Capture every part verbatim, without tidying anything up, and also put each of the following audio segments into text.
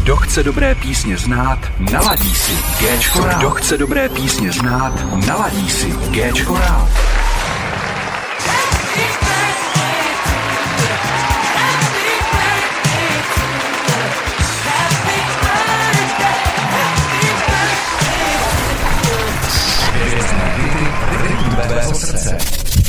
Kdo chce dobré písně znát, naladí si Géčko Rád. Kdo chce dobré písně znát, naladí si Géčko Rád. Srdce.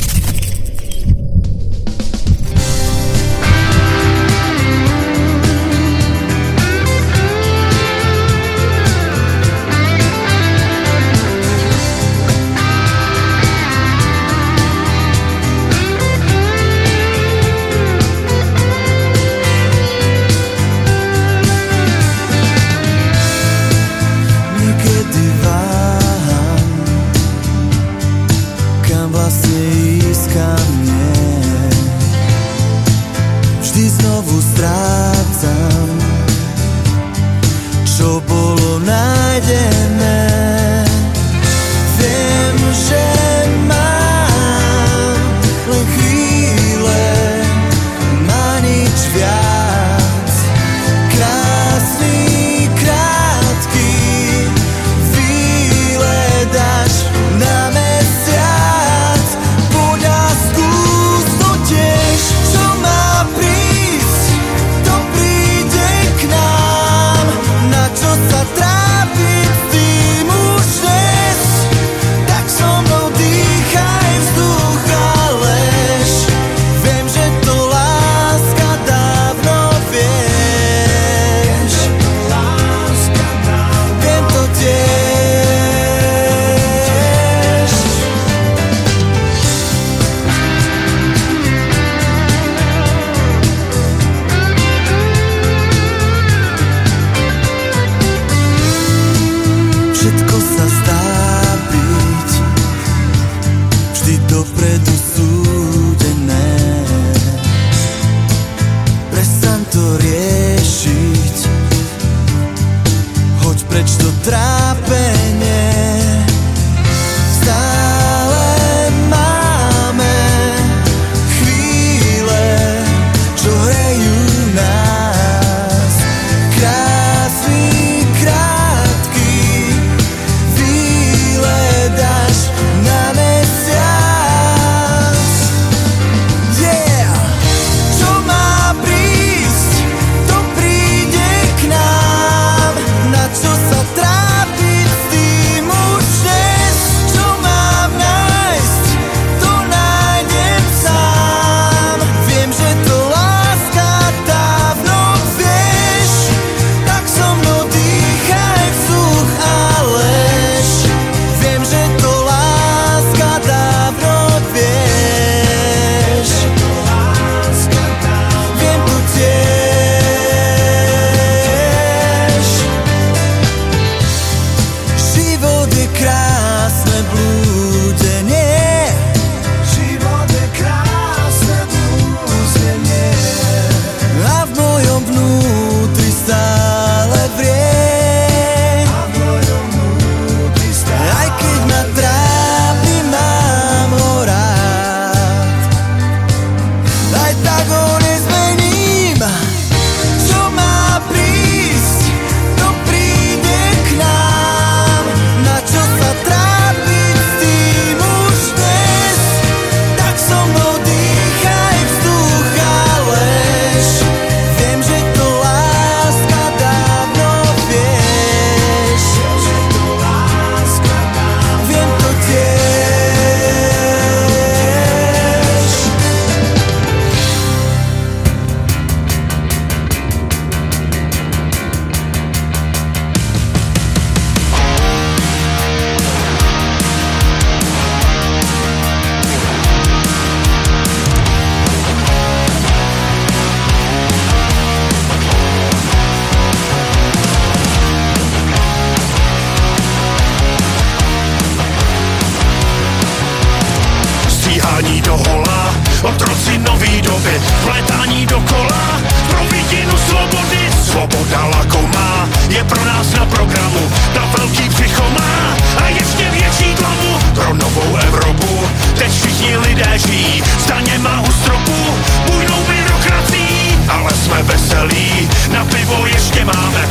otroci nový doby, vlétání do kola, pro vidinu svobody, svoboda lakomá, je pro nás na programu, ta velký psycho má a ještě větší tlamu pro novou Evropu. Teď všichni lidé žijí s daněma u stropu, bujnou byrokracií, ale jsme veselí, na pivo ještě máme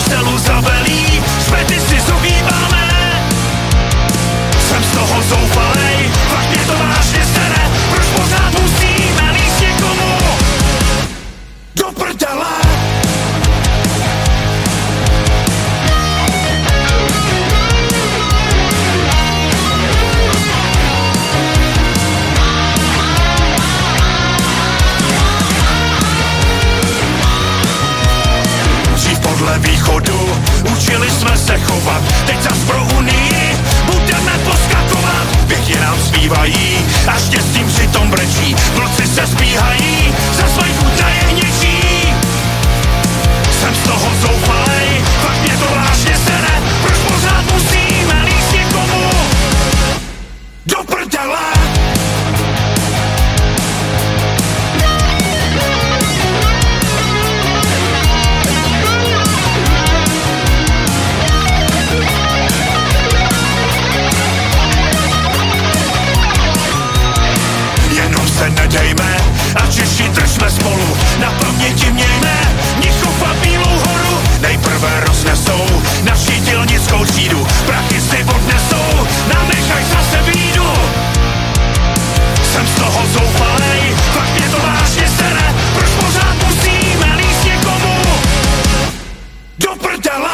kostelu zavelí, špety si zohýbáme. Jsem z toho zoufalej, fakt mě to vážně sere, proč pořád musíme líst někomu do prdele. Podle východu učili jsme se chovat, teď zas pro Unii budeme poskakovat. Pěkně nám zpívají a štěstím přitom brečí, vlci se zbíhají, za svoj chuť na jehněčí. Jsem z toho zoufalej, fakt mě to vážně sere, proč pořád musíme líst někomu do prdele. Se nedejme a Češi držme spolu, na paměti mějme Mnichov a Bílou horu. Nejprve roznesou naši dělnickou třídu, prachy si odnesou, nám nechaj zase bídu. Jsem z toho zoufalej, fakt mě to vážně sere, proč pořád musíme líst někomu do prdele.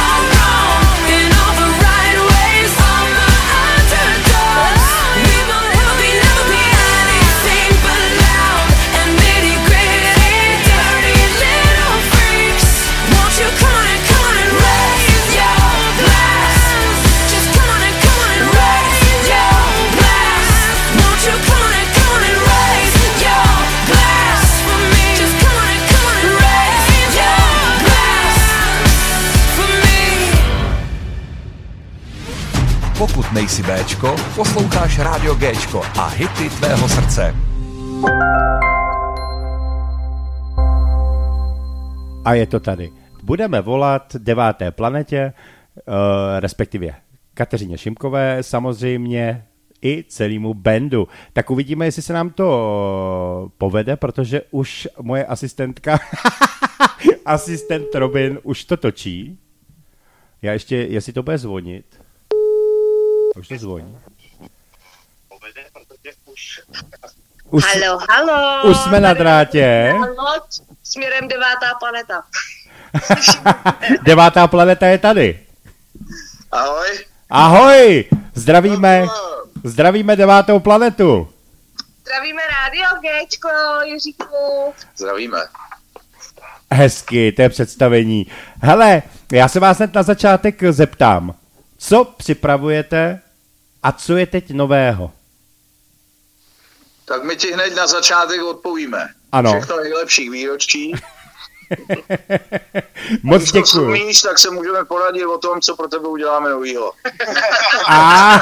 We will Pokud nejsi Béčko, posloucháš Rádio Géčko a hity tvého srdce. A je to tady. Budeme volat Deváté planetě, uh, respektive Kateřině Šimkové, samozřejmě i celému bandu. Tak uvidíme, jestli se nám to povede, protože už moje asistentka, asistent Robin, už to točí. Já ještě, jestli to bude zvonit. Už to zvoní. Povede, protože už... Už, halo, halo. Už jsme na drátě. Halo, směrem Devátá planeta. Devátá planeta je tady. Ahoj. Ahoj, zdravíme, zdravíme Devátou planetu. Zdravíme Rádio Géčko, Jiříku. Zdravíme. Hezky, to je představení. Hele, já se vás hned na začátek zeptám, co připravujete a co je teď nového? Tak my ti hned na začátek odpovíme. Ano. Všechno nejlepších výročí. Moc Když to děkuju. sumíš, tak se můžeme poradit o tom, co pro tebe uděláme novýho. A...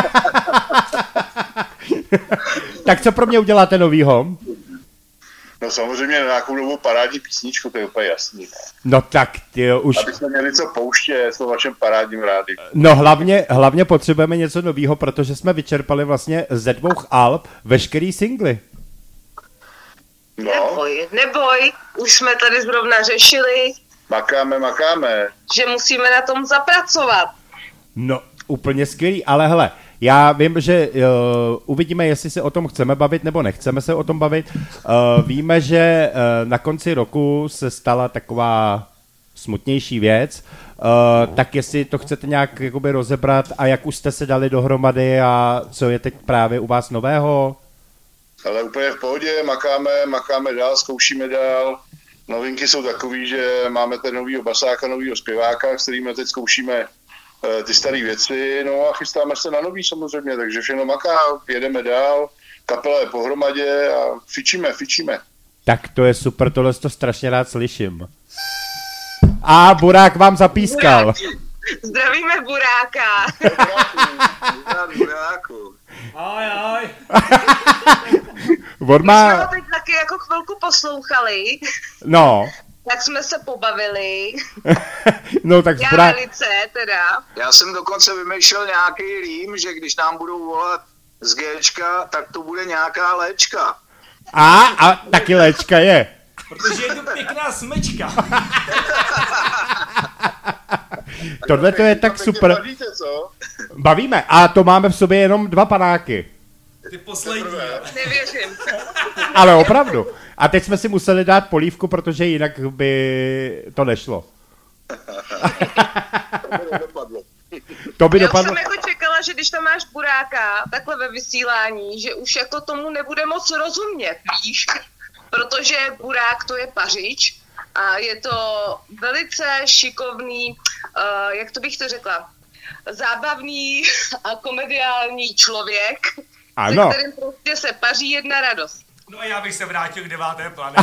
Tak co pro mě uděláte novýho? No samozřejmě na nějakou novou parádní písničku, to je úplně jasný. No tak, tyjo, už... Aby jsme měli co pouštět v vašem parádním rádiu. No hlavně, hlavně potřebujeme něco novýho, protože jsme vyčerpali vlastně ze dvou alb veškerý singly. No, Neboj, neboj, už jsme tady zrovna řešili, makáme, makáme. že musíme na tom zapracovat. No, úplně skvělý, ale hele, já vím, že uh, uvidíme, jestli se o tom chceme bavit, nebo nechceme se o tom bavit. Uh, víme, že uh, na konci roku se stala taková smutnější věc, uh, tak jestli to chcete nějak jakoby rozebrat a jak už jste se dali dohromady a co je teď právě u vás nového? Ale úplně v pohodě, makáme, makáme dál, zkoušíme dál. Novinky jsou takový, že máme ten novýho basáka, novýho zpěváka, s kterými teď zkoušíme uh, ty staré věci, no a chystáme se na nový samozřejmě, takže všechno maká, jedeme dál, kapela je pohromadě a fičíme, fičíme. Tak to je super, tohle to strašně rád slyším. A Burák vám zapískal. Burák. Zdravíme Buráka. Ahoj, ahoj. On My jsme má... ho teď taky jako chvilku poslouchali, No. tak jsme se pobavili. No tak Já Burák... velice teda. Já jsem dokonce vymýšlel nějaký rým, že když nám budou volat z Géčka, tak to bude nějaká léčka. A, a taky léčka je. Protože je to pěkná smečka. Tohle to je tak super. Bavíte, co? Bavíme. A to máme v sobě jenom dva panáky. Ty poslední. Nevěřím. Ale opravdu. A teď jsme si museli dát polívku, protože jinak by to nešlo. To by Já už dopadlo. jsem jako čekala, že když tam máš Buráka takhle ve vysílání, že už jako tomu nebude moc rozumět, víš? Protože Burák to je Pařič a je to velice šikovný, uh, jak to bych to řekla, zábavný a komediální člověk, Ano. se kterým prostě se paří jedna radost. No a já bych se vrátil k Deváté planetě.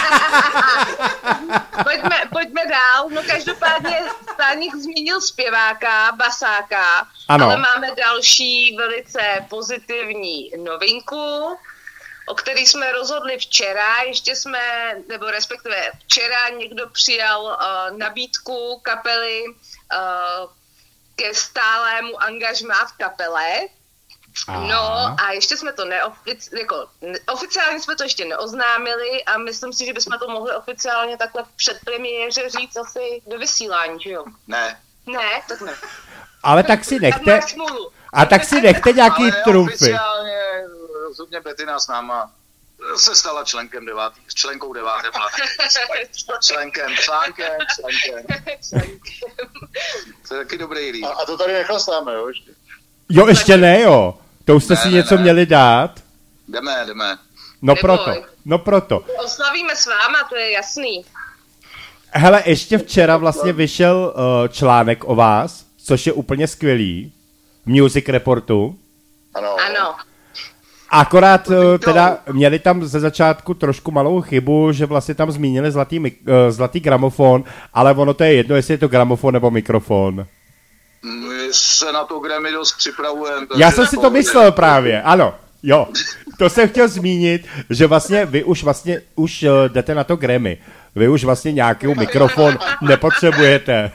Pojďme, pojďme dál, no každopádně Stáník zmínil zpěváka, basáka, Ano. ale máme další velice pozitivní novinku, o který jsme rozhodli včera, ještě jsme, nebo respektive včera někdo přijal uh, nabídku kapely uh, ke stálému angažmá v kapele. No a ještě jsme to neofic, jako, ne, oficiálně jsme to ještě neoznámili a myslím si, že bychom to mohli oficiálně takhle v předpremiéře říct asi do vysílání, že jo? Ne. Ne, tak ne. Ale tak si Tak nechte. máš smůlu. A tak si nechte nějaký Ale trumfy. oficiálně rozhodně Betina s náma se stala členkem devátý, členkou deváté planety. Členkem, článkem, členkem. To je taky dobrý rým. A, a to tady nechlastáme, jo, ještě. Jo, ještě ne, jo. To už jste Ne, si ne, něco ne. měli dát. Jdeme, jdeme. No Neboj. proto, no proto. Oslavíme s váma, to je jasný. Hele, ještě včera vlastně vyšel uh, článek o vás, což je úplně skvělý. V Music Reportu. Ano. Ano. Akorát uh, teda měli tam ze začátku trošku malou chybu, že vlastně tam zmínili zlatý, mik- uh, zlatý gramofon, ale ono to je jedno, jestli je to gramofon nebo mikrofon. Mm, My se na to Grammy dost připravujeme. Já jsem si to myslel právě, ano, jo. To jsem chtěl zmínit, že vlastně vy už vlastně už uh, jdete na to Grammy. Vy už vlastně nějaký mikrofon nepotřebujete.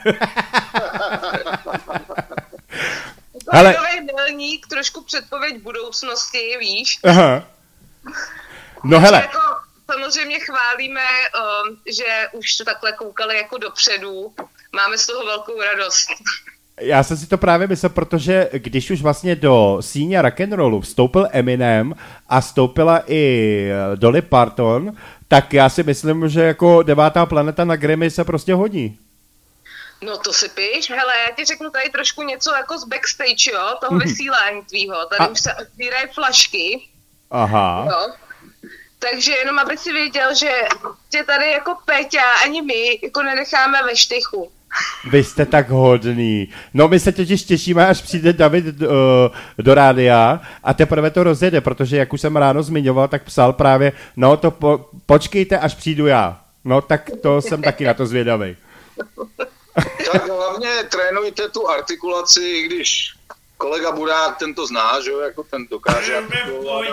Hele. Milník, trošku předpověď budoucnosti, víš? Aha. No hele. Jako, samozřejmě chválíme, um, že už to takhle koukali jako dopředu. Máme z toho velkou radost. Já jsem si to právě myslel, protože když už vlastně do síně rock'n'rollu vstoupil Eminem a vstoupila i Dolly Parton, tak já si myslím, že jako devátá planeta na Grammy se prostě hodí. No to si píš, hele, já ti řeknu tady trošku něco jako z backstage, jo, toho vysílání tvýho, tady A... už se otvírají flašky. Aha. Jo. Takže jenom aby si věděl, že tě tady jako Péťa ani my jako nenecháme ve štychu. Vy jste tak hodný. No my se totiž těšíme, až přijde David do, do rádia a teprve to rozjede, protože jak už jsem ráno zmiňoval, tak psal právě, no to po, počkejte, až přijdu já. No tak to jsem taky na to zvědavý. Tak hlavně trénujte tu artikulaci, i když kolega Burák, ten to zná, že jo, jako ten dokáže artikulovat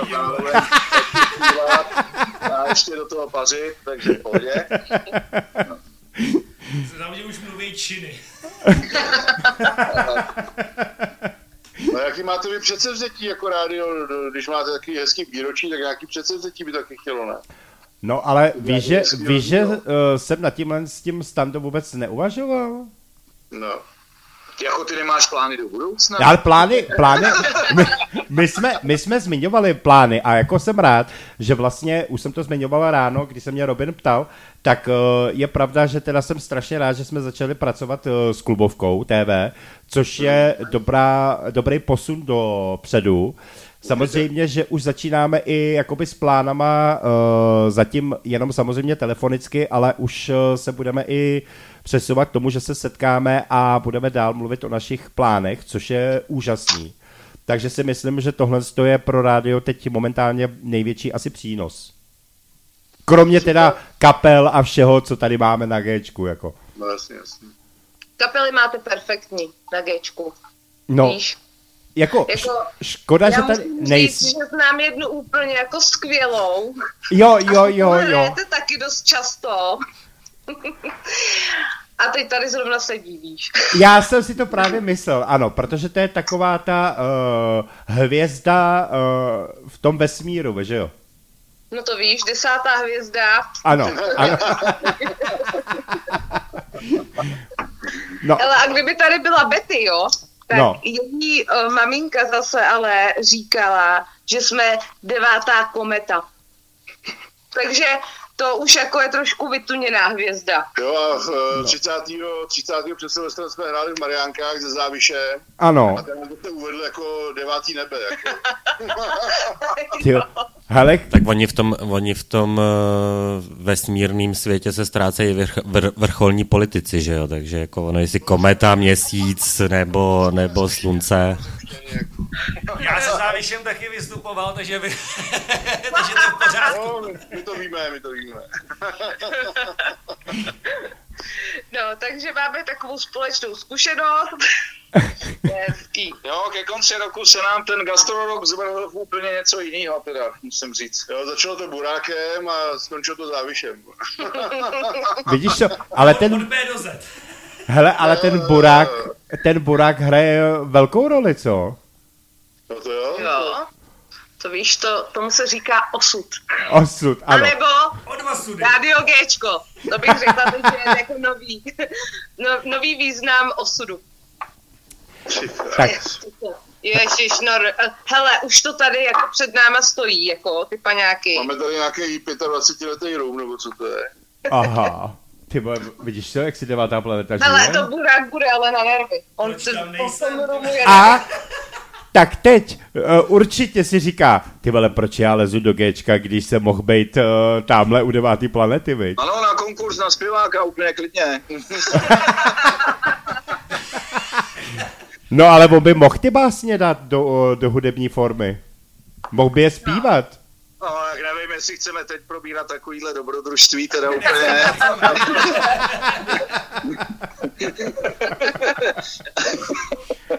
a ještě do toho pařit, takže v pohodě. No. Znám, že už mluví činy. No jaký máte vy předsevzetí jako rádio, když máte takový hezký výročí, tak nějaký předsevzetí by taky chtělo, ne? No ale víš, že, ví, že uh, jsem nad tímhle s tím standem vůbec neuvažoval? No. Jako ty nemáš plány do budoucna? Ale plány, plány, my, my, jsme, my jsme zmiňovali plány a jako jsem rád, že vlastně, už jsem to zmiňoval ráno, když se mě Robin ptal, tak uh, je pravda, že teda jsem strašně rád, že jsme začali pracovat uh, s klubovkou T V, což je dobrá, dobrý posun dopředu. Samozřejmě, že už začínáme i jakoby s plánama, uh, zatím jenom samozřejmě telefonicky, ale už uh, se budeme i přesouvat k tomu, že se setkáme a budeme dál mluvit o našich plánech, což je úžasný. Takže si myslím, že tohle je pro rádio teď momentálně největší asi přínos. Kromě teda kapel a všeho, co tady máme na Géčku, jako. No jasně, jasně. Kapely máte perfektní na Géčku. No, víš? Jako, jako škoda, že tady nejsi. Já že znám jednu úplně jako skvělou. Jo, jo, jo, jo. To taky dost často. A teď tady zrovna sedí, víš. Já jsem si to právě myslel, ano, protože to je taková ta uh, hvězda uh, v tom vesmíru, že jo? No to víš, desátá hvězda. Ano, ano. No. Ale a kdyby tady byla Betty, jo, tak no. její uh, maminka zase ale říkala, že jsme devátá kometa. Takže to už jako je trošku vytuněná hvězda. Jo a třicátého třicátého před Silvestrem jsme hráli v Mariánkách ze Záviše. Ano. A tam to uvedl jako devátý nebe. Jako. Tyjo. Hele. Tak oni v tom, oni v tom uh, vesmírném světě se ztrácejí vrch, vr, vrcholní politici, že jo? Takže jako ono jestli kometa, měsíc nebo, nebo slunce. Já se Závišem taky vystupoval, takže, vy... takže to je v pořádku. No, my to víme, my to víme. No, takže máme takovou společnou zkušenost. Hezký. Jo, ke konci roku se nám ten gastrorok zvrhl v úplně něco jiného, teda, musím říct. Jo, začalo to Burákem a skončilo to Závišem. Vidíš to, ale ten... Hele, ale ten Burák, ten Burák hraje velkou roli, co? No to jo. Jo. To víš, to, tomu se říká osud. Osud, ano. A nebo rádio Géčko. To bych řekla, že je jako nový, no, nový význam osudu. Tak. Ježiš, no, hele, už to tady jako před náma stojí, jako ty paňáky. Máme tady nějaký dvacetiletý room, nebo co to je? Aha. Ty vole, vidíš to, jak si devátá planeta žije? Ale to Burák bude ale na nervy. On se A tak teď uh, určitě si říká, ty vole, proč já lezu do Géčka, když se mohl být uh, tamhle u devátý planety, viď? Ano, na konkurs na zpěváka, úplně klidně. No ale on by mohl ty básně dát do, do hudební formy. Mohl by je zpívat. No, jak nevím, jestli chceme teď probírat takovýhle dobrodružství, teda úplně.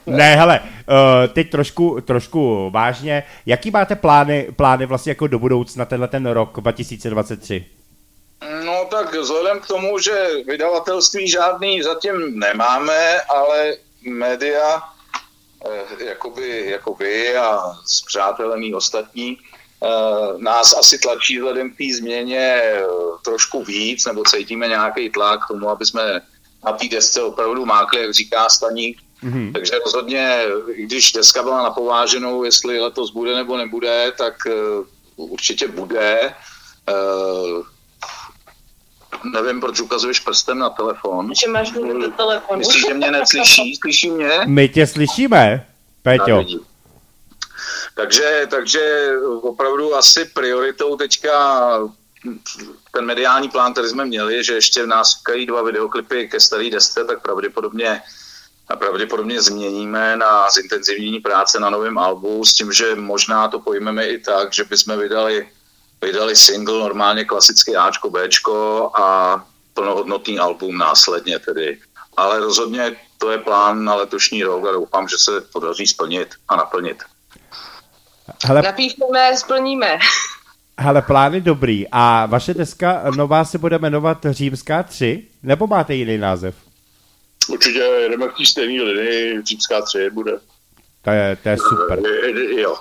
Ne, hele, uh, teď trošku, trošku vážně. Jaký máte plány, plány vlastně jako do budoucna tenhle ten rok dva tisíce dvacet tři? No tak vzhledem k tomu, že vydavatelství žádný zatím nemáme, ale média, eh, jakoby, jako vy a spřátelení ostatní, eh, nás asi tlačí vzhledem k té změně eh, trošku víc, nebo cítíme nějaký tlak k tomu, aby jsme na té desce opravdu mákli, jak říká Staník. Mm-hmm. Takže rozhodně, když deska byla napováženou, jestli letos bude nebo nebude, tak uh, určitě bude. Uh, nevím, proč ukazuješ prstem na telefon. Že máš do telefonu. Myslíš, že mě neslyší? Slyší mě? My tě slyšíme, Péťo. Takže, takže opravdu asi prioritou teďka ten mediální plán, který jsme měli, že ještě v nás čekají dva videoklipy ke staré desce, tak pravděpodobně a pravděpodobně změníme na zintenzivnění práce na novém albu s tím, že možná to pojmeme i tak, že bychom vydali, vydali single, normálně klasický Ačko, Bčko a plnohodnotný album následně tedy. Ale rozhodně to je plán na letošní rok a doufám, že se podaří splnit a naplnit. Hele, napíšeme, splníme. Hele, plány dobrý. A vaše deska nová se bude jmenovat Římská tři? Nebo máte jiný název? Určitě jedeme v té stejné linii, Římská tři bude. To je, to je super. Jo.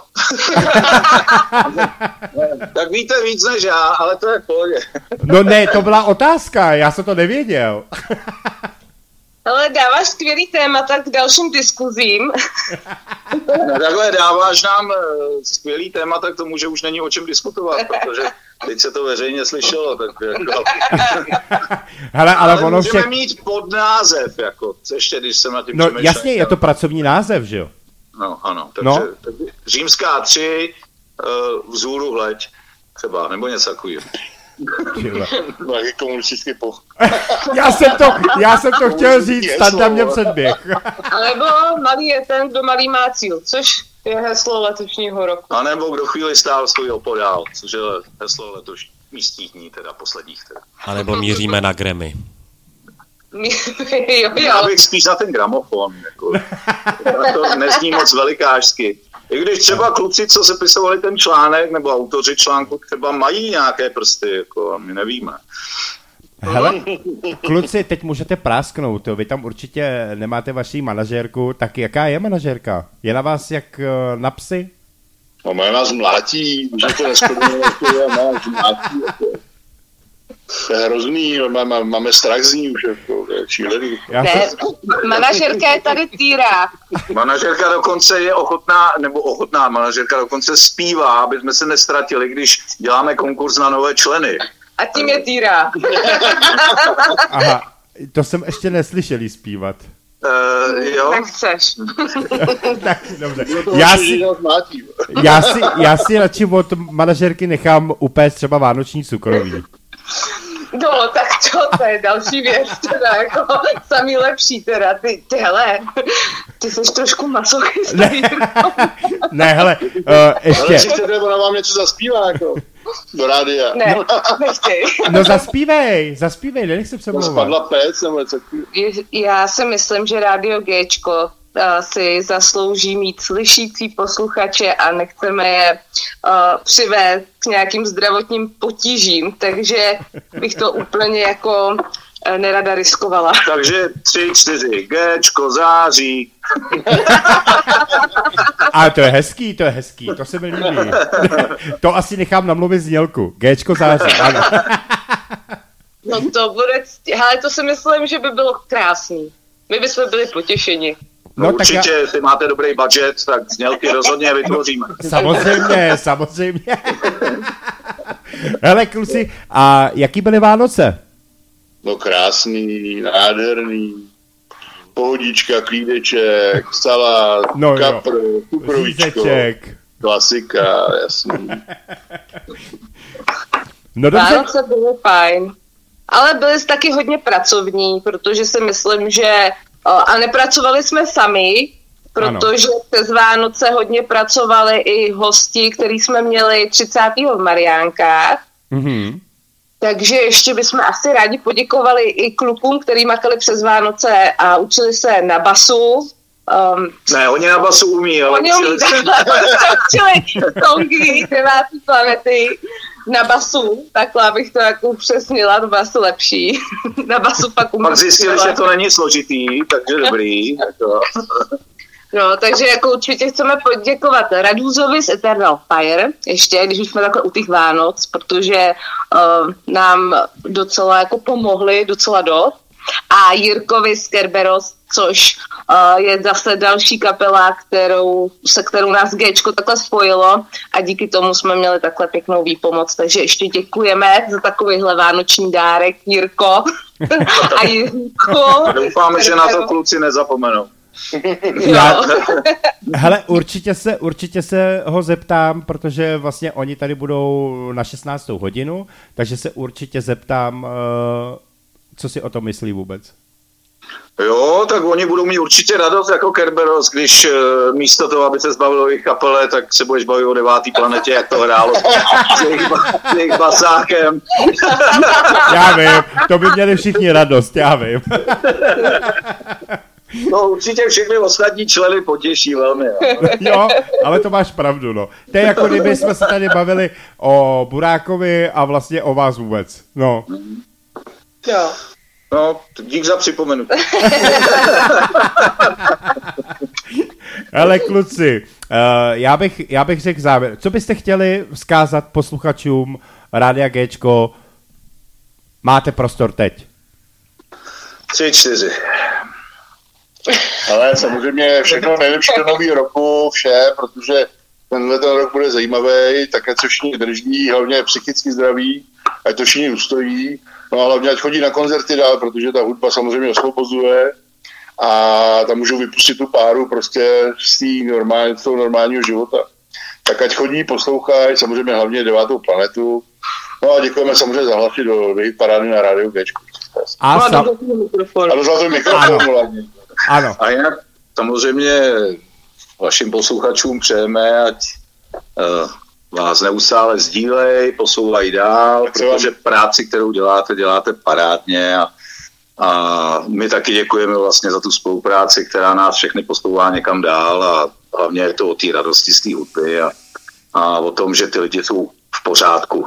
Tak víte víc než já, ale to je v pohodě. No ne, to byla otázka, já jsem to nevěděl. Ale dáváš skvělý témata k dalším diskuzím. No, takhle dáváš nám skvělý témata k tomu, že už není o čem diskutovat, protože teď se to veřejně slyšelo. Tak jako... Hele, ale, ale ono můžeme vše... mít podnázev, jako, ještě když jsem na tím No přemýšlel. jasně, je to pracovní název, že jo? No ano, takže, no. takže Římská tři, uh, vzhůru hleď, třeba, nebo něco takového. Taky komunistický poch. já, jsem to, já jsem to chtěl říct, Standa mě předběh. Alebo malý je ten, kdo malý má cíl, což je heslo letošního roku. A nebo kdo chvíli stál, stojí opodál, což je heslo letošních dní, teda posledních. Teda. A nebo míříme na Grammy. jo, jo. Já bych spíš na ten gramofon. Jako. To nezní moc velikářsky. I když třeba kluci, co sepisovali ten článek, nebo autoři článku, třeba mají nějaké prsty, jako my nevíme. Hele, kluci, teď můžete prásknout, vy tam určitě nemáte vaši manažérku, tak jaká je manažérka? Je na vás jak na psy? No, má nás mlátí, že to neskodíme, nás mlátí, jako. To je hrozný, máme, máme strach z ní už, jako, to je šílený. Ne, manažerka je tady Týra. Manažerka dokonce je ochotná, nebo ochotná, manažerka dokonce zpívá, aby jsme se nestratili, když děláme konkurs na nové členy. A tím je Týra. Aha, to jsem ještě neslyšel jí zpívat. Uh, jo. Tak chceš. Tak, dobře. Já si, já, si, já si radši od manažerky nechám upéct třeba vánoční cukroví. No, tak to, to je další věc, teda jako samý lepší, teda, ty, ty hele, ty jsi trošku masochista. Ne, ne hele, uh, ještě. Ale si chcete, ona vám něco zaspívá, jako, do rádia. Ne, nechtěj. No zaspívej, zaspívej, nenech se přemlouvat. Spadla pec, nebo něco. Já si myslím, že Rádio Géčko si zaslouží mít slyšící posluchače a nechceme je uh, přivést k nějakým zdravotním potížím, takže bych to úplně jako uh, nerada riskovala. Takže tři, čtyři, Géčko září. A to je hezký, to je hezký, to se mi líbí. To asi nechám namluvit znělku. Géčko září, ano. No to bude, ale to si myslím, že by bylo krásný. My bychom byli potěšeni. No, no určitě, já... ty máte dobrý budget, tak znělky rozhodně vytvoříme. Samozřejmě, samozřejmě. Hele, kluci, a jaký byly Vánoce? No krásný, nádherný. Pohodička, klídeček, salát, no, kapr, cukrovíčko. Klasika, jasný. No dobře. Vánoce byly fajn. Ale byly taky hodně pracovní, protože si myslím, že a nepracovali jsme sami, protože ano. Přes Vánoce hodně pracovali i hosti, který jsme měli třicátého v Mariánkách. Mm-hmm. Takže ještě bychom asi rádi poděkovali i klukům, který makali přes Vánoce a učili se na basu. Um, ne, oni na basu umí, ale... Oni umí takhle, čili songy devátý planety na basu, takhle abych to jako upřesnila, to bylo asi lepší. Na basu pak umí. Pak zjistili, že to není složitý, takže dobrý. Jako. No, takže jako určitě chceme poděkovat Radúzovi z Eternal Fire, ještě, když už jsme takhle u těch Vánoc, protože uh, nám docela jako pomohli, docela dost. A Jirkovi z Kerberos, což uh, je zase další kapela, kterou, se kterou nás Géčko takhle spojilo a díky tomu jsme měli takhle pěknou výpomoc. Takže ještě děkujeme za takovýhle vánoční dárek, Jirko a Jirko. Doufáme, že na to kluci nezapomenou. Já, hele, určitě se, určitě se ho zeptám, protože vlastně oni tady budou na šestnáctou hodinu, takže se určitě zeptám, uh, co si o tom myslí vůbec. Jo, tak oni budou mít určitě radost jako Kerberos, když uh, místo toho, aby se zbavil o jejich kapele, tak se budeš bavit o devátý planetě, jak to hrálo s jejich, s jejich basákem. Já vím, to by měli všichni radost, já vím. No určitě všechny ostatní členy potěší velmi. Jo. Jo, ale to máš pravdu, no. To je jako kdyby jsme se tady bavili o Burákovi a vlastně o vás vůbec, no. Jo. No, dík za připomenutí. Hele kluci, uh, já bych, já bych řekl závěr. Co byste chtěli vzkázat posluchačům Rádia Géčko? Máte prostor teď. Tři, čtyři. Ale samozřejmě všechno nejlepší do nového roku, vše, protože tenhle ten rok bude zajímavý, tak ať se všichni drží, hlavně psychicky zdraví, ať to všichni ustojí, no a hlavně ať chodí na koncerty dál, protože ta hudba samozřejmě osvobozuje a tam můžou vypustit tu páru prostě z, normál, z toho normálního života. Tak ať chodí, poslouchají, samozřejmě hlavně devátou planetu, no a děkujeme samozřejmě za hlasy do, do parády na Rádiu Géčko. A, no, sa- mikrofon. A do zlatého mikrofonu hlavně. Ano. A jinak samozřejmě vašim posluchačům přejeme, ať uh, vás neustále sdílej, posouvají dál, protože práci, kterou děláte, děláte parádně a, a my taky děkujeme vlastně za tu spolupráci, která nás všechny posouvá někam dál a hlavně je to o té radosti z té hudby a, a o tom, že ty lidi jsou v pořádku.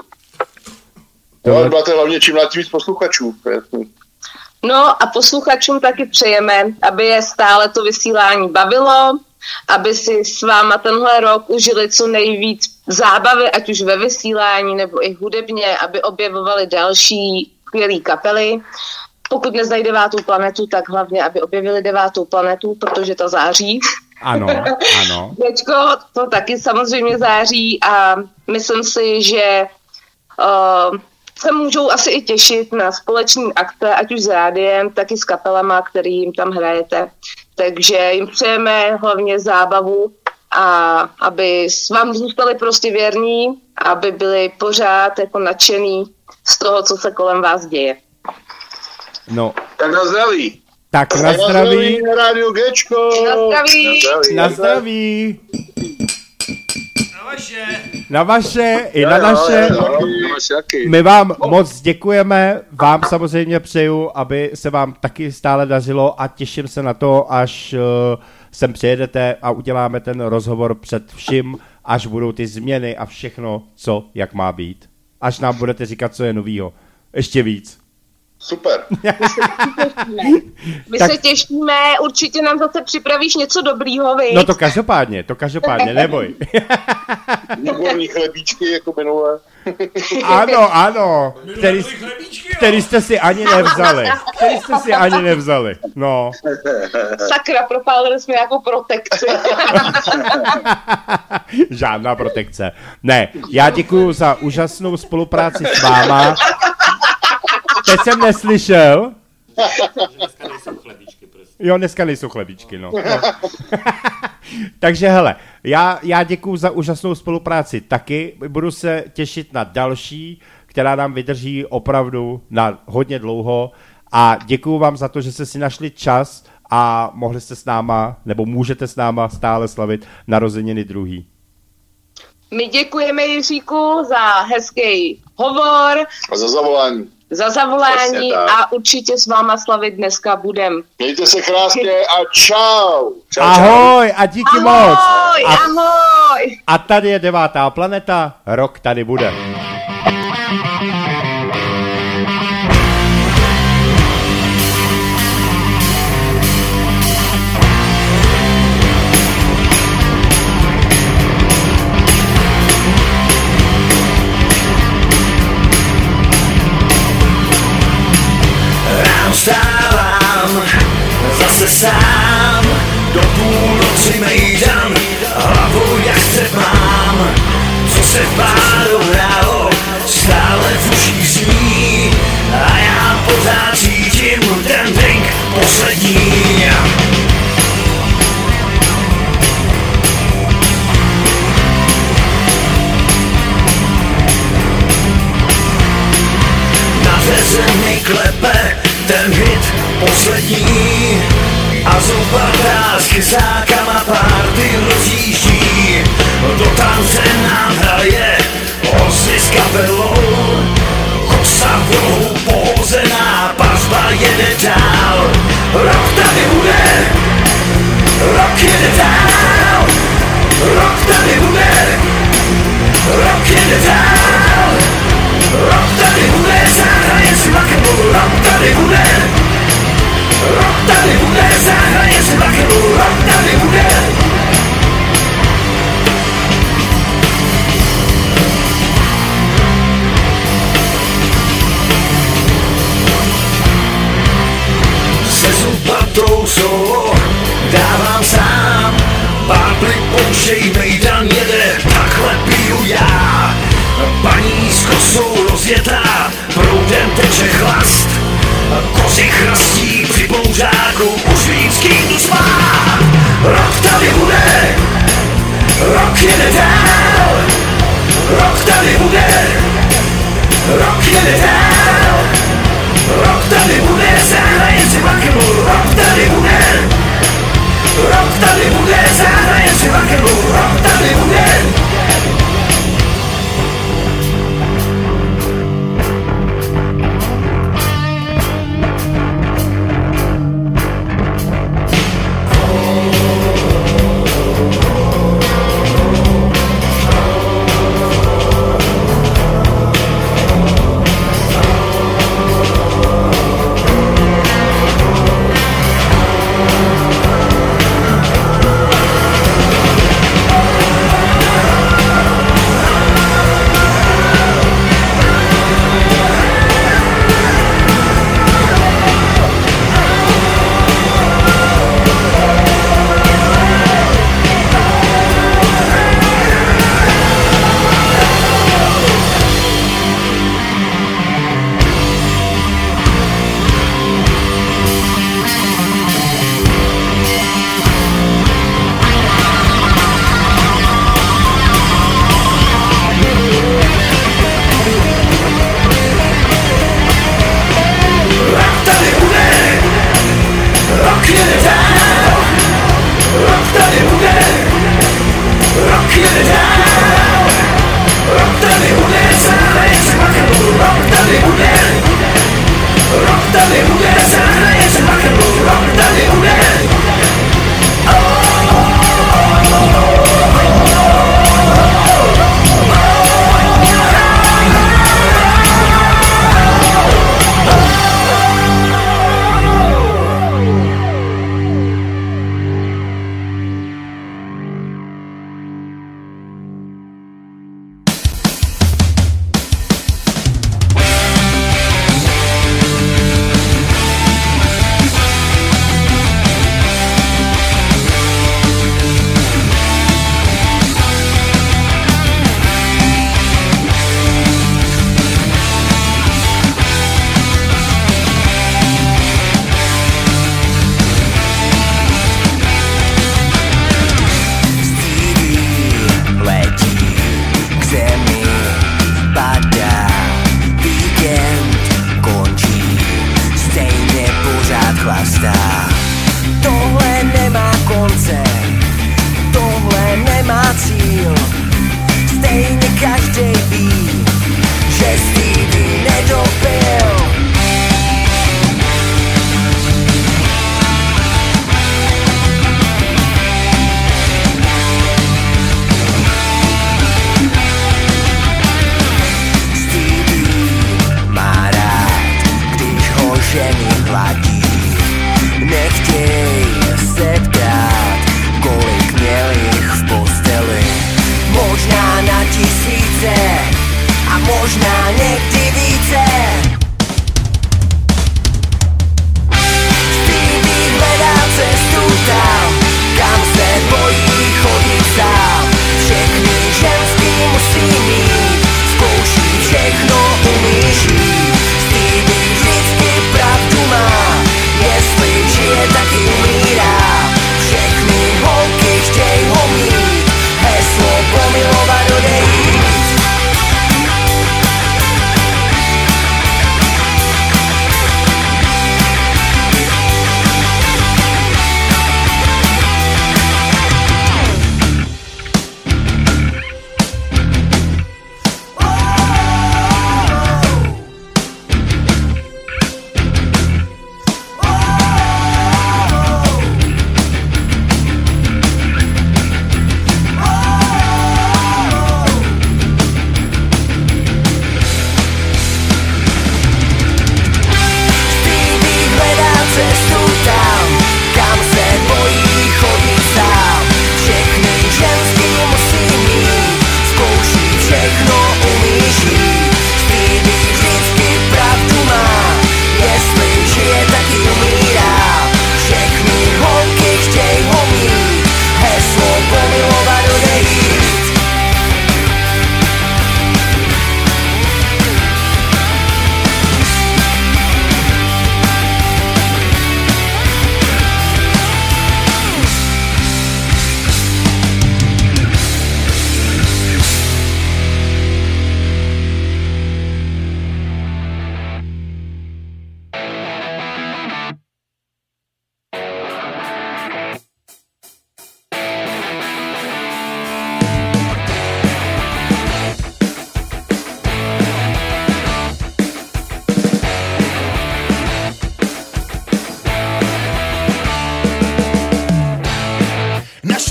Jo, máte hlavně čím dál tím víc posluchačů. No a posluchačům taky přejeme, aby je stále to vysílání bavilo, aby si s váma tenhle rok užili co nejvíc zábavy, ať už ve vysílání nebo i hudebně, aby objevovali další skvělý kapely. Pokud neznají devátou planetu, tak hlavně, aby objevili devátou planetu, protože ta září. Ano, ano. Děčko, to taky samozřejmě září a myslím si, že uh, se můžou asi i těšit na společný akce, ať už s rádiem, tak i s kapelama, který jim tam hrajete. Takže jim přejeme hlavně zábavu a aby vám zůstali prostě věrní, aby byli pořád jako nadšený z toho, co se kolem vás děje. No. Tak na zdraví. Tak na zdraví. Na Rádiu Géčko. Na zdraví. Na zdraví. Na vaše. Na vaše i na naše. My vám moc děkujeme, vám samozřejmě přeju, aby se vám taky stále dařilo a těším se na to, až uh, sem přijedete a uděláme ten rozhovor před vším, až budou ty změny a všechno, co jak má být. Až nám budete říkat, co je novýho. Ještě víc. Super. My Tak- se těšíme, určitě nám zase připravíš něco dobrýho, viď? No to každopádně, to každopádně, neboj. Výborný chlebíčky jako minule. Ano, ano, který, Byly chlebíčky, jo? který jste si ani nevzali. Který jste si ani nevzali, no. Sakra, propálili jsme jako protekci. Žádná protekce. Ne, já děkuju za úžasnou spolupráci s váma. Teď jsem neslyšel. Dneska nejsou chlebíčky, prostě. Jo, dneska nejsou chlebíčky, no. no. Takže hele, já, já děkuju za úžasnou spolupráci taky. Budu se těšit na další, která nám vydrží opravdu na hodně dlouho. A děkuju vám za to, že jste si našli čas a mohli jste s náma, nebo můžete s náma stále slavit narozeniny druhý. My děkujeme Jiříku za hezký hovor. A za zavolání. Za zavolání a určitě s váma slavit dneska budem. Mějte se krásně a čau. čau ahoj čau. a díky ahoj, moc. A, ahoj. a tady je devátá planeta, rok tady bude. Vstávám zase sám, do půlnoci mejdan, hlavou jak střep mám. Co se v páru hrálo, stále v uších zní, a já pořád cítím ten drink poslední. Na dveře mi klepe ten hit poslední a zuba vrásky zákama párty rozjíždí. Do tance nám hraje Ozzy s kapelou, kosa v rohu pohozená, pařba jede dál. Rok tady bude, rok jede dál, rok tady bude, rok jede dál. Rok tady bude, zahraje si rock'n'roll, rok tady bude. Rok tady bude, zahraje si rock'n'roll, rok tady bude. Se zubatou solo dávám sám, Bábli pouštěj, mejdan jede, takhle piju já. Paní s kosou rozjetá, proudem teče chlast, kozy chrastí při bouřáku, už víc kým tu spát. Rok tady bude, rok jede dál, rok tady bude, rok jede dál, rok tady bude, zahraje si rock'n'roll, rok tady bude, rok tady bude, zahraje si rock'n'roll, rok tady bude.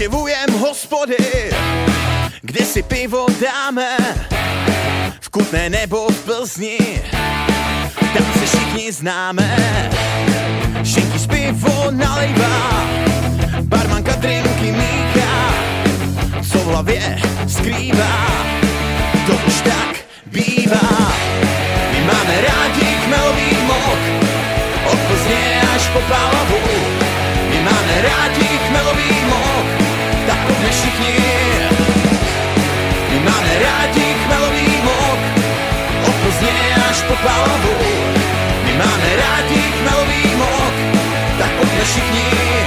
Navštěvujem hospody, kde si pivo dáme, v Kutné nebo v Plzni, tam se všichni známe. Šenky z pivo nalejvá, barmanka drinky míchá, co v hlavě skrývá, to už tak bývá. My máme rádi chmelový mok, od Plzně až po Pálavu. My máme rádi chmelový mok, tak pojďme všichni. My máme rádi chmelový mok, od Plzně až po Pálavu. My máme rádi chmelový mok, tak pojďme všichni.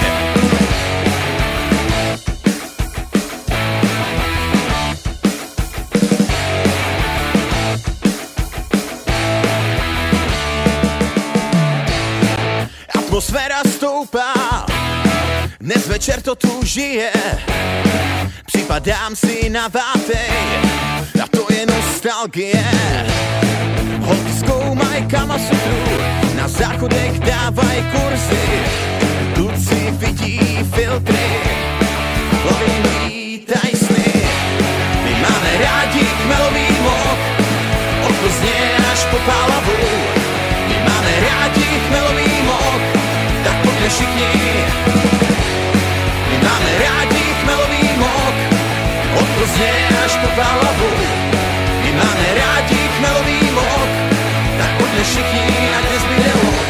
Atmosféra stoupá, dnes večer to tu žije. Připadám si na vátej, a to je nostalgie. Holky zkoumaj Kamasutru, na záchodech dávaj kurzy. Kluci vidí filtry, hlavy lítaj sny. My máme rádi chmelový mok, od Plzně až po Pálavu. My máme rádi chmelový mok, tak pojďme všichni. My máme rádi chmelový mok, od Plzně až po Pálavu. My máme rádi chmelový mok, tak pojďme všichni, ať nezbyde lok.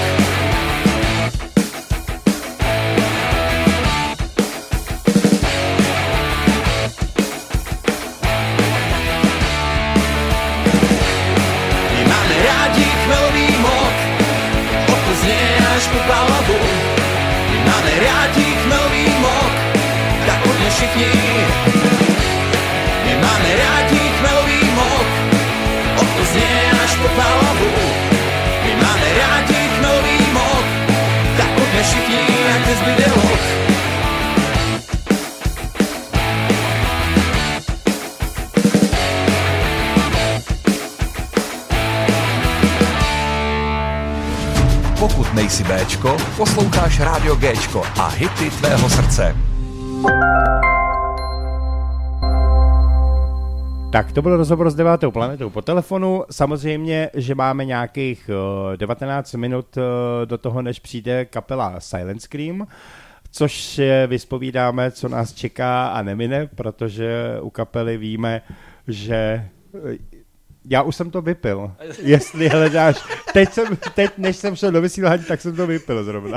My máme rádi chmelový mok, od Plzně až po Pálavu. My máme rádi chmelový mok, tak pojďme všichni. My máme rádi chmelový mok, od Plzně až po Pálavu. My máme rádi chmelový mok, tak pojďme všichni, ať nezbyde lok. Pokud nejsi Béčko, posloucháš Rádio Géčko a hity tvého srdce. Tak to byl rozhovor s devátou planetou po telefonu. Samozřejmě, že máme nějakých uh, devatenáct minut uh, do toho, než přijde kapela Silent Scream, což vyspovídáme, co nás čeká a nemine, protože u kapely víme, že... Já už jsem to vypil, jestli hledáš. Teď, jsem, teď než jsem šel do vysílání, tak jsem to vypil zrovna.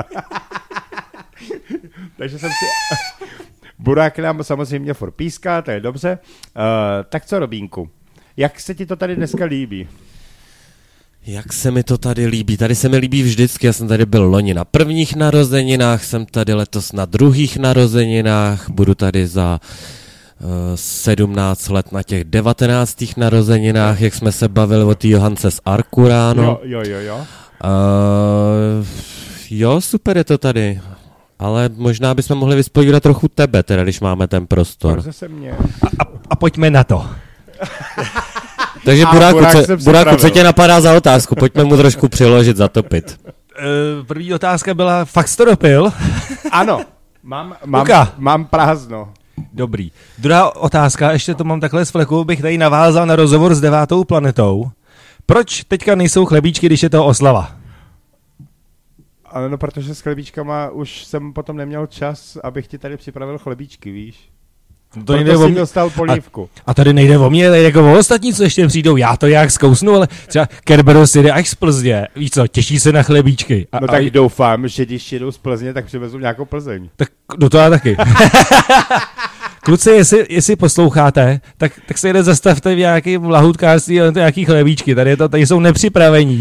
Takže jsem si... Burák nám samozřejmě for píská, to je dobře. Uh, tak co, Robínku, jak se ti to tady dneska líbí? Jak se mi to tady líbí? Tady se mi líbí vždycky, já jsem tady byl loni na prvních narozeninách, jsem tady letos na druhých narozeninách, budu tady za uh, sedmnáct let na těch devatenáctých narozeninách, jak jsme se bavili o té Johance z Arku ráno. Jo, jo, jo. jo. Uh, jo, super je to tady. Ale možná bychom mohli vyspovídat trochu tebe, teda, když máme ten prostor. Se mě. A, a pojďme na to. Takže Buráku, co, Buráku, co tě napadá za otázku? Pojďme mu trošku přiložit, zatopit. Uh, první otázka byla, fakt jsi to dopil? Ano, mám, mám, mám prázdno. Dobrý. Druhá otázka, ještě to mám takhle z fleku, bych tady navázal na rozhovor s devátou planetou. Proč teďka nejsou chlebíčky, když je to oslava? Ale no, protože s chlebíčkama už jsem potom neměl čas, abych ti tady připravil chlebíčky, víš? To nejde o mě. Dostal polívku. A, a tady nejde o mě, tady jako o ostatní, co ještě přijdou, já to jak zkousnu, ale třeba Kerberos jde až z Plzně, víš co, těší se na chlebíčky. A, no tak a... doufám, že když jedou z Plzně, tak přivezou nějakou Plzeň. Tak do toho já taky. Kluci, jestli, jestli posloucháte, tak, tak se jde zastavte v nějakým lahůdkářství, ale to nějaký chlebíčky, tady, to, tady jsou nepřipravení.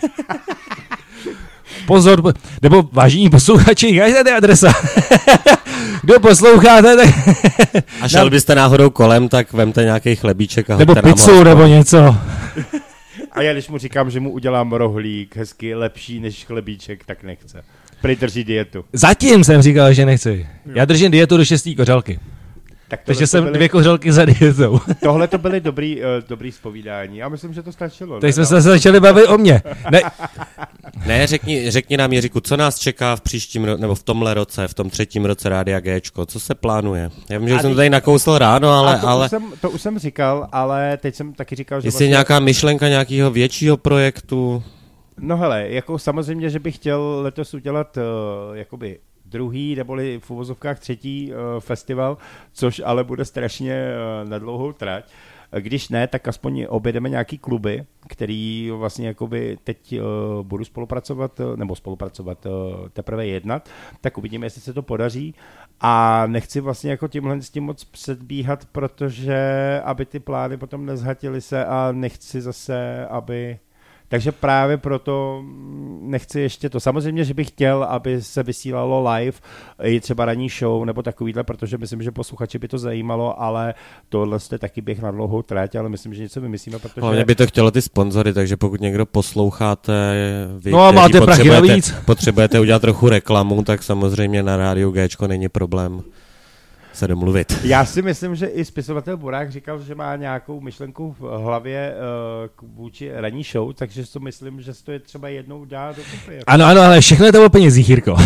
Pozor, nebo vážení posluchači, jaká je ta adresa? Kdo posloucháte, tak... A šel byste náhodou kolem, tak vemte nějaký chlebíček a nebo pizzu, nebo něco. A já když mu říkám, že mu udělám rohlík hezky lepší než chlebíček, tak nechce. Prý drží dietu. Zatím jsem říkal, že nechci. Já držím dietu do šestý kořalky. Tak takže jsem byly... dvě kořalky za dietou. Tohle to byly dobrý, uh, dobrý zpovídání. Já myslím, že to stačilo. Teď jsme se začali bavit o mně. Ne... Ne, řekni, řekni nám, Jiříku, co nás čeká v příštím, ro- nebo v tomhle roce, v tom třetím roce Rádia Géčko, co se plánuje? Já vím, že jsem to tady nakousl ráno, ale... to, ale... Už jsem, to už jsem říkal, ale teď jsem taky říkal, že... Jestli vlastně... nějaká myšlenka nějakého většího projektu... No hele, jako samozřejmě, že bych chtěl letos udělat uh, jakoby druhý, neboli v uvozovkách třetí uh, festival, což ale bude strašně uh, na dlouhou trať. Když ne, tak aspoň objedeme nějaký kluby, který vlastně jakoby teď uh, budu spolupracovat, nebo spolupracovat, uh, teprve jednat, tak uvidíme, jestli se to podaří. A nechci vlastně jako tímhle s tím moc předbíhat, protože aby ty plány potom nezhatily se a nechci zase, aby... Takže právě proto nechci ještě to. Samozřejmě, že bych chtěl, aby se vysílalo live i třeba ranní show nebo takovýhle, protože myslím, že posluchači by to zajímalo, ale tohle je taky běh na dlouhou trať, ale myslím, že něco vymyslíme, protože... Hlavně by to chtělo ty sponzory, takže pokud někdo posloucháte, vy, no a máte prachy navíc. Potřebujete udělat trochu reklamu, tak samozřejmě na Rádiu Géčko není problém se domluvit. Já si myslím, že i spisovatel Burák říkal, že má nějakou myšlenku v hlavě uh, vůči ranní show, takže si myslím, že to je třeba jednou dát do kopy. Ano, ano, ale všechno je to o penězích, Jirko.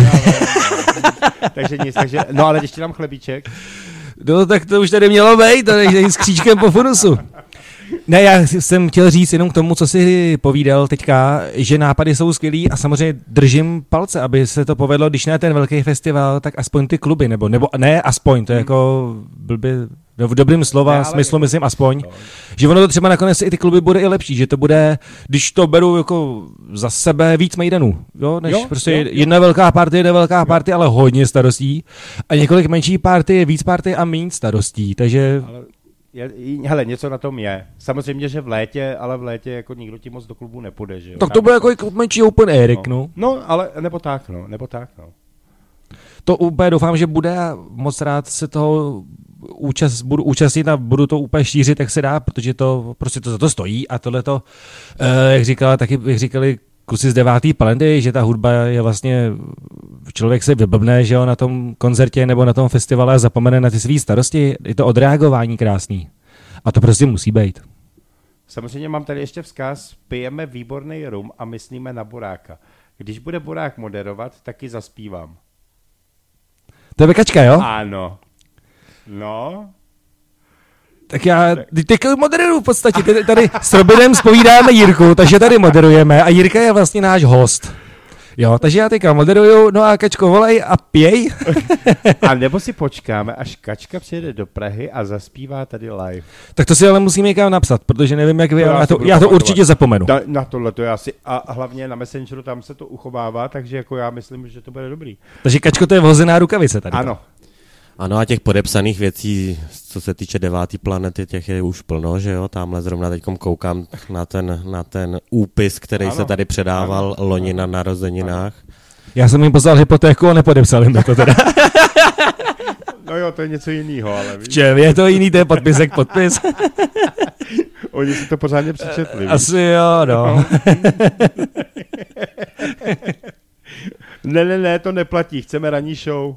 Takže nic, takže, no ale ještě nám chlebíček. No tak to už tady mělo být, to je s kříčkem po funusu. Ne, já jsem chtěl říct jenom k tomu, co jsi povídal teďka, že nápady jsou skvělý a samozřejmě držím palce, aby se to povedlo, když ne ten velký festival, tak aspoň ty kluby, nebo, nebo ne aspoň, to je jako blbě, v dobrým slova ne, smyslu je... myslím aspoň, no. Že ono to třeba nakonec i ty kluby bude i lepší, že to bude, když to beru jako za sebe víc mejdanů, jo, než jo, prostě jo, jedna jo. velká party, jedna velká party, ale hodně starostí a několik menší party, víc party a méně starostí, takže... Ale... Je, hele, něco na tom je. Samozřejmě, že v létě, ale v létě jako nikdo tím moc do klubu nepůjde, že jo? Tak to bude jako, jako menší open air, no. No, ale nebo tak, no, nebo tak, no. To úplně doufám, že bude a moc rád se toho účast, budu účastnit a budu to úplně šířit, jak se dá, protože to prostě to za to stojí a tohle to, eh, jak říkala, taky jak říkali kluci z devátý planety, že ta hudba je vlastně, člověk se vyblbne, že jo, na tom koncertě nebo na tom festivale a zapomene na ty svý starosti, je to odreagování krásný. A to prostě musí být. Samozřejmě mám tady ještě vzkaz, pijeme výborný rum a myslíme na Buráka. Když bude Burák moderovat, taky zaspívám. To je Bekačka, jo? Ano. No... Tak já teď moderuju v podstatě, tady, tady s Robinem zpovídáme Jirku, takže tady moderujeme a Jirka je vlastně náš host. Jo, takže já teďka moderuju, no a Kačko, volej a pěj. A nebo si počkáme, až Kačka přijede do Prahy a zaspívá tady live. Tak to si ale musím někam napsat, protože nevím, jak vy, já to, já to určitě zapomenu. Na, na tohle to já si, a hlavně na Messengeru tam se to uchovává, takže jako já myslím, že to bude dobrý. Takže Kačko, to je vhozená rukavice tady. Ano. Ano a těch podepsaných věcí, co se týče devátý planety, těch je už plno, že jo, tamhle zrovna teďkom koukám na ten, na ten úpis, který ano, se tady předával ano, loni ano, na narozeninách. Ano. Já jsem jim poslal hypotéku a nepodepsal jim to teda. No jo, to je něco jiného, ale víš. V čem je to jiný, to je podpisek podpis. Oni si to pořádně přečetli. Víš? Asi jo, no. ne, ne, ne, to neplatí, chceme ranní show.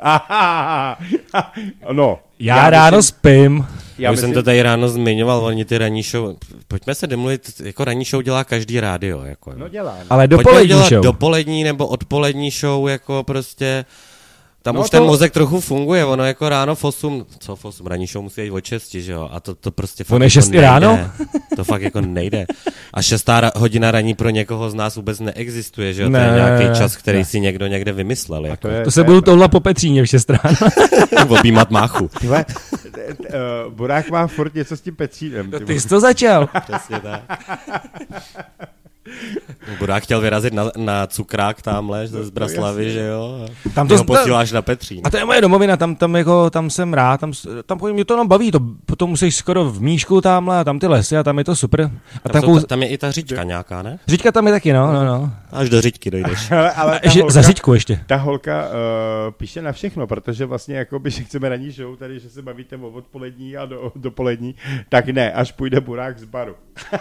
No, já, já ráno myslím, spím. Já už myslím, jsem to tady ráno zmiňoval, oni ty ranní show, pojďme se domluvit, jako ranní show dělá každý rádio. Jako, no dělá. No. Ale dopolední show. Dopolední nebo odpolední show, jako prostě, tam no už to... ten mozek trochu funguje, ono jako ráno v osm, co v osm, ranní show musí jít od šesti, že jo, a to, to prostě fakt jako nejde. Ráno? To fakt jako nejde. A šestá hodina raní pro někoho z nás vůbec neexistuje, že jo, ne, to je nějaký čas, který ne. si někdo někde vymyslel. Jako. To, je, to se budu touhle po Petříně v šest ráno. Objímat máchu. Tyhle, uh, Burák má furt něco s tím Petřínem. Ty, ty jsi to začal. Přesně tak. Burák chtěl vyrazit na, na cukrák tamhle no, z Braslavy, no, že jo? Tam to ho posíláš na Petřín. A to je moje domovina, tam, tam, jako, tam jsem rád, tam, tam mě to nám baví, to, potom musíš skoro v Míšku tamhle a tam ty lesy a tam je to super. A tam, tam, jsou, tam je i ta Řička nějaká, ne? Řička tam je taky, no, no, no. Až do Řičky dojdeš. ale, ale a, holka, za Řičku ještě. Ta holka uh, píše na všechno, protože vlastně jakoby, že chceme ranní show tady, že se bavíte o odpolední a do, dopolední, tak ne, až půjde Burák z baru.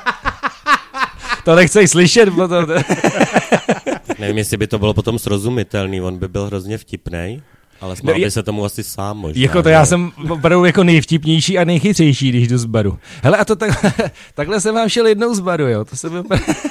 To nechceš slyšet. To... Nevím, jestli by to bylo potom srozumitelný, on by byl hrozně vtipnej, ale smál no, by se tomu asi sám možná. Jako to já jsem opravdu jako nejvtipnější a nejchytřejší, když jdu z baru. Hele, a to tak, takhle jsem vám šel jednou z baru, jo, to se by...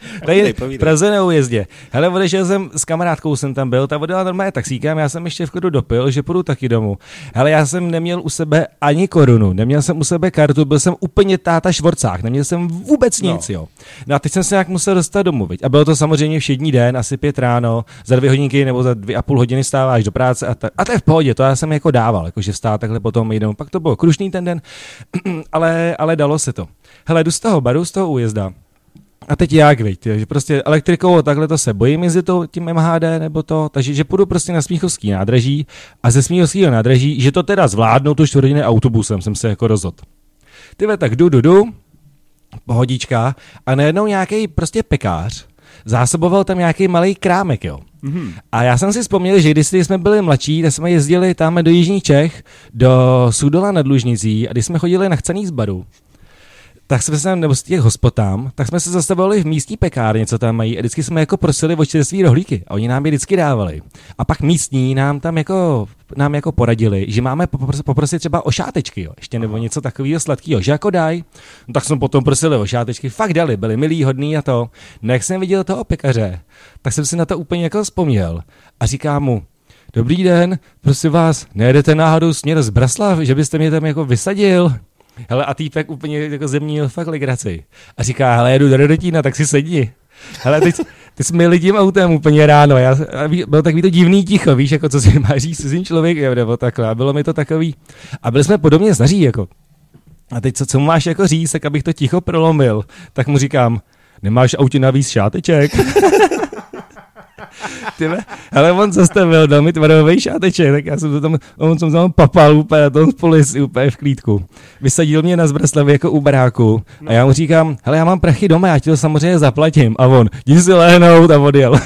Tady v Praze na Újezdě. Hele, odešel jsem s kamarádkou, jsem tam byl, ta odjela normálně taxíkem, já jsem ještě v klidu dopil, že půjdu taky domů. Hele, já jsem neměl u sebe ani korunu, neměl jsem u sebe kartu, byl jsem úplně táta švorcák, neměl jsem vůbec nic, no. jo. No a teď jsem se nějak musel dostat domů, viď? A bylo to samozřejmě všední den, asi pět ráno, za dvě hodinky nebo za dvě a půl hodiny stáváš do práce a, ta, a to je v pohodě, to já jsem jako dával, jakože vstát takhle potom jdem. Pak to bylo krušný ten den, ale, ale dalo se to. Hele, jdu z toho baru, z toho Újezda. A teď jak, viď, že prostě elektrikou takhle to se bojím jezdit to, tím M H D nebo to, takže že půjdu prostě na Smíchovský nádraží a ze Smíchovského nádraží, že to teda zvládnu tu čtvrthodinu autobusem, jsem se jako rozhodl. Tyve, tak jdu, jdu, jdu, pohodička a najednou nějaký prostě pekář zásoboval tam nějaký malý krámek, jo. Mm-hmm. A já jsem si vzpomněl, že když jsme byli mladší, tak jsme jezdili tam do Jižních Čech, do Sudola nad Lužnicí a když jsme chodili na chcený z baru, tak jsme se, nebo z těch hospod tam, tak jsme se zastavovali v místní pekárně, co tam mají a vždycky jsme jako prosili o čerství rohlíky a oni nám je vždycky dávali. A pak místní nám tam jako, nám jako poradili, že máme popros, poprosit třeba o šátečky, jo, ještě nebo něco takového sladkého, že jako daj. No, tak jsme potom prosili o šátečky, fakt dali, byli milí, hodný a to. No jak jsem viděl toho pekaře, tak jsem si na to úplně jako vzpomněl a říkám mu, dobrý den, prosím vás, nejedete náhodou směr z Braslav, že byste mě tam jako vysadil? Hele, a týpek úplně jako ze mě měl fakt legraci. A říká, hele, jedu do Rodotína, tak si sedni. Hele, teď, teď jsme jeli tím autem úplně ráno. Já, byl takový to divný ticho, víš, jako co si má říct cizím člověk, nebo takhle. A bylo mi to takový. A byli jsme podobně snaží, jako. A teď co, co mu máš jako říct, tak abych to ticho prolomil, tak mu říkám, nemáš v autě navíc šáteček? Tyve, ale on zastavil, dal mi tvarovej šáteček, tak já jsem to tam, on jsem tam papal úplně na tom polisi, úplně v klídku. Vysadil mě na Zbraslavě jako u baráku a já mu říkám, hele, já mám prachy doma, já ti to samozřejmě zaplatím. A on, jdi si lehnout a odjel.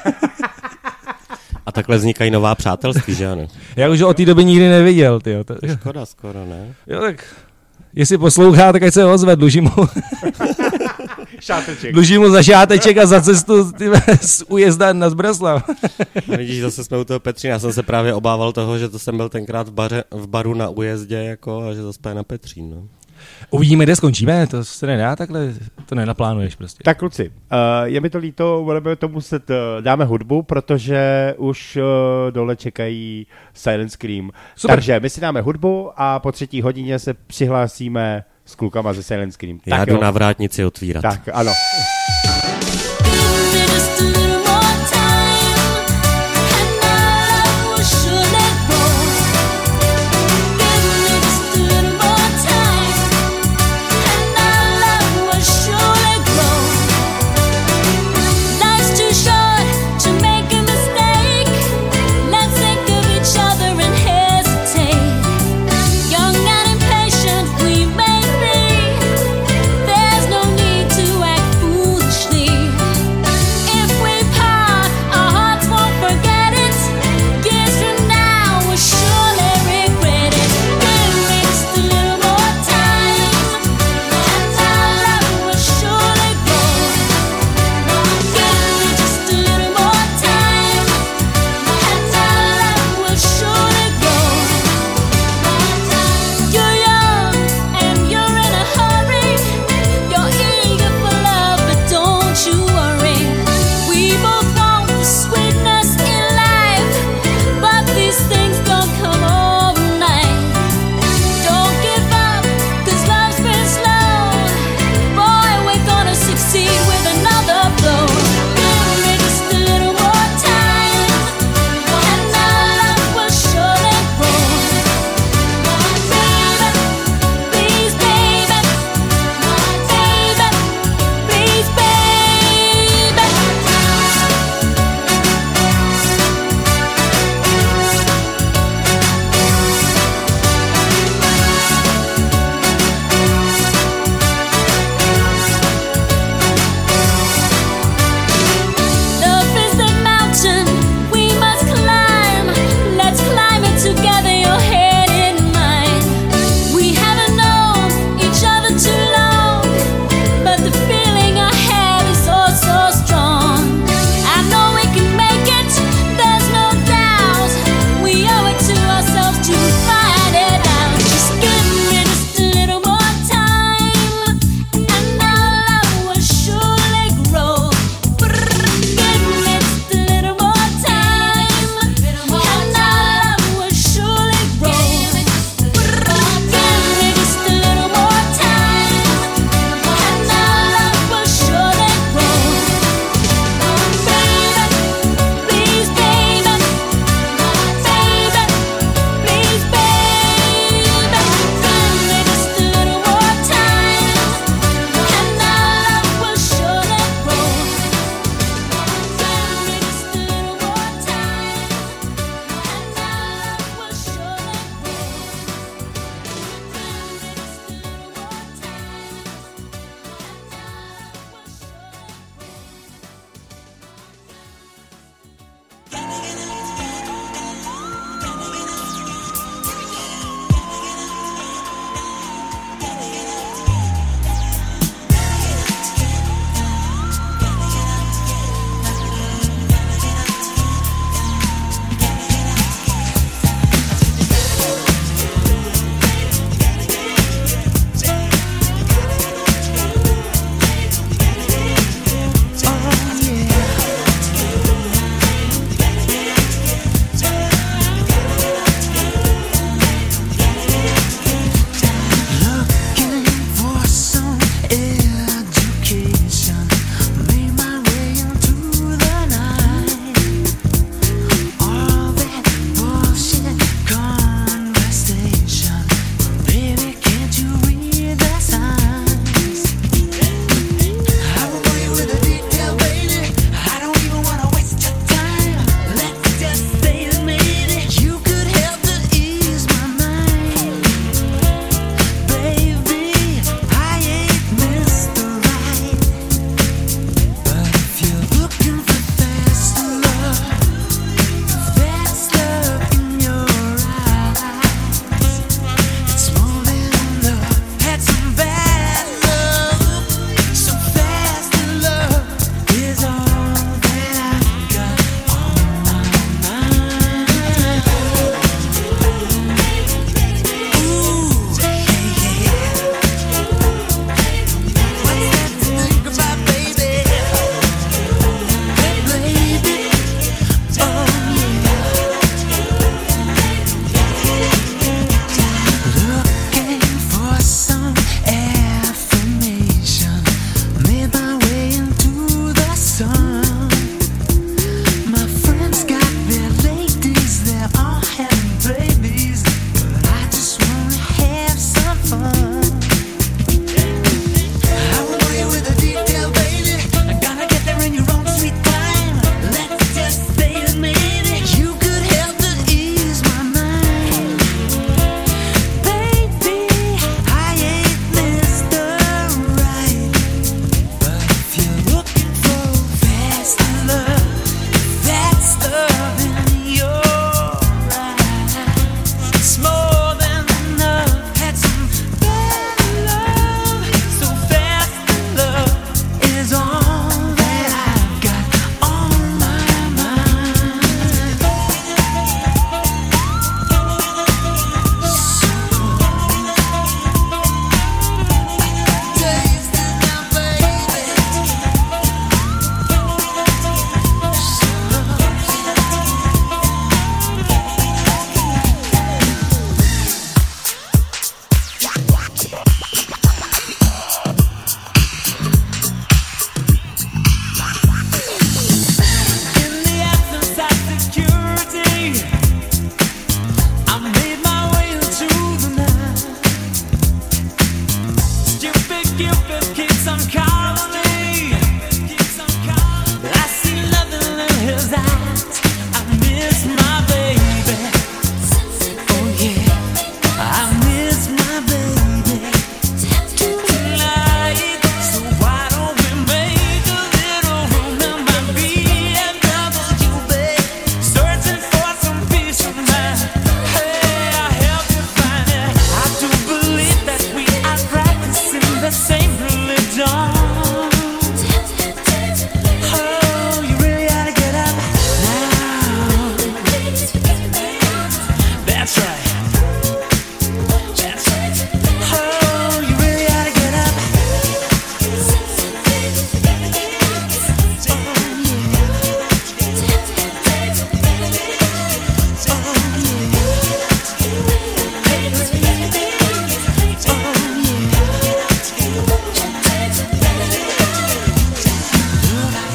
A takhle vznikají nová přátelství, že ano? Já už ho od té doby nikdy neviděl, tyjo. To... Škoda skoro, ne? Jo, tak jestli poslouchá, tak ať se ozve, dlužím mu. Šáteček. Dlužím mu za šáteček a za cestu tyhle, z Újezda na Zbraslav. A vidíš, zase jsme u toho Petřína. Já jsem se právě obával toho, že to jsem byl tenkrát v, baře, v baru na Újezdě jako, a že zase na Petřín. No. Uvidíme, kde skončíme, to se nedá takhle, to nenaplánuješ prostě. Tak kluci, uh, je mi to líto, budeme to muset, uh, dáme hudbu, protože už uh, dole čekají Silent Scream. Super. Takže my si dáme hudbu a po třetí hodině se přihlásíme s klukama ze Silent Scream. Já tak jdu jo. na vrátnici otvírat. Tak, ano.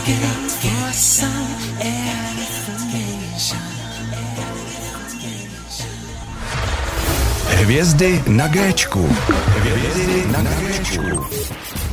Hvězdy na Géčku. Hvězdy na Géčku.